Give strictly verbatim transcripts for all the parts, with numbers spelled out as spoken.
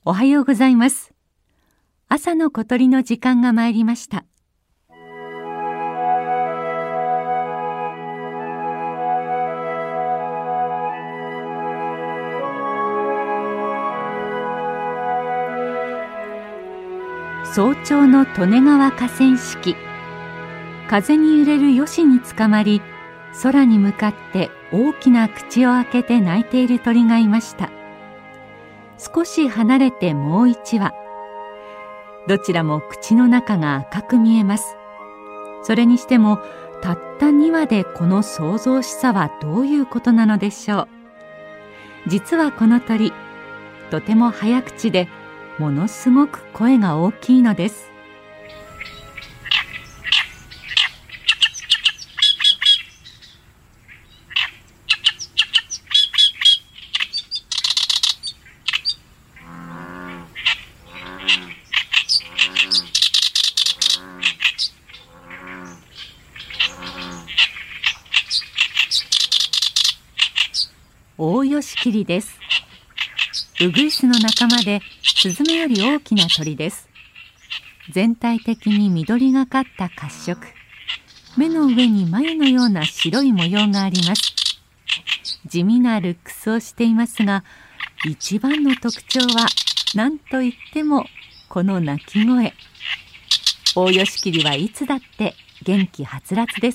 おはようございます。朝の小鳥の時間が参りました。早朝の利根川河川敷、風に揺れる葦につかまり、空に向かって大きな口を開けて鳴いている鳥がいました。少し離れてもう一羽、どちらも口の中が赤く見えます。それにしてもたったに羽でこの騒々しさはどういうことなのでしょう。実はこの鳥、とても早口でものすごく声が大きいのです。オオヨシキリです。ウグイスの仲間でスズメより大きな鳥です。全体的に緑がかった褐色、目の上に眉のような白い模様があります。地味なルックスをしていますが、一番の特徴は何といってもこの鳴き声。オオヨシキリはいつだって元気はつらつです。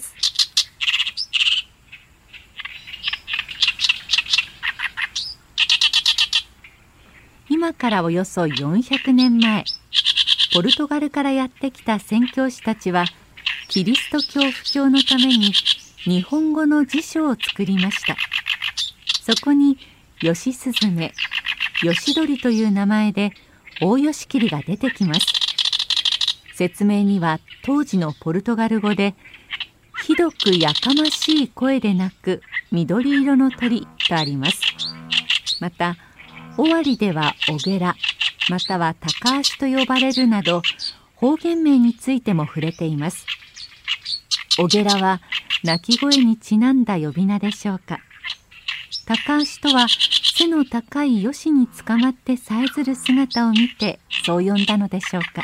今からおよそよんひゃくねんまえ、ポルトガルからやってきた宣教師たちはキリスト教布教のために日本語の辞書を作りました。そこにヨシスズメ、ヨシドリという名前でオオヨシキリが出てきます。説明には当時のポルトガル語で、ひどくやかましい声で鳴く緑色の鳥とあります。また尾張ではオゲラ、またはタカアシと呼ばれるなど方言名についても触れています。オゲラは鳴き声にちなんだ呼び名でしょうか。タカアシとは背の高いヨシにつかまってさえずる姿を見てそう呼んだのでしょうか。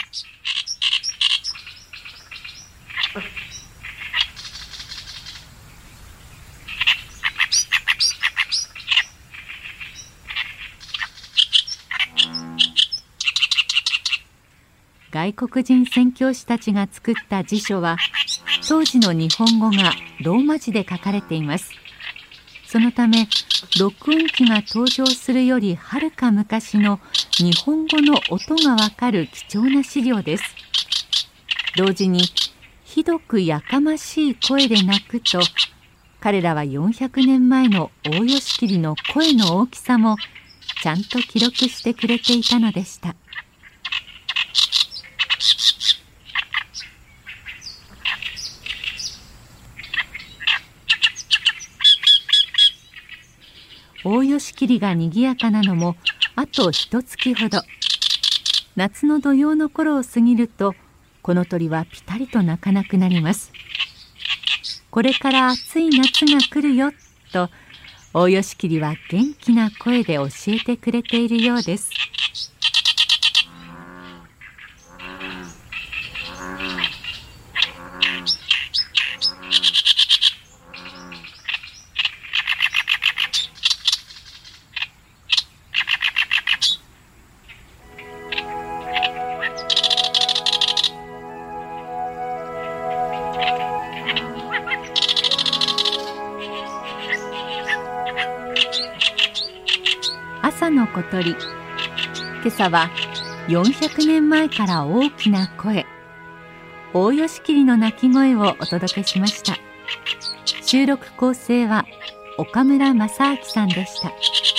外国人宣教師たちが作った辞書は当時の日本語がローマ字で書かれています。そのため録音機が登場するよりはるか昔の日本語の音がわかる貴重な資料です。同時にひどくやかましい声で鳴くと、彼らはよんひゃくねんまえのオオヨシキリの声の大きさもちゃんと記録してくれていたのでした。オオヨシキリがにぎやかなのもあと一月ほど。夏の土用の頃を過ぎるとこの鳥はピタリと鳴かなくなります。これから暑い夏が来るよとオオヨシキリは元気な声で教えてくれているようです。朝の小鳥、今朝はよんひゃくねんまえから大きな声、オオヨシキリの鳴き声をお届けしました。収録構成は岡村正明さんでした。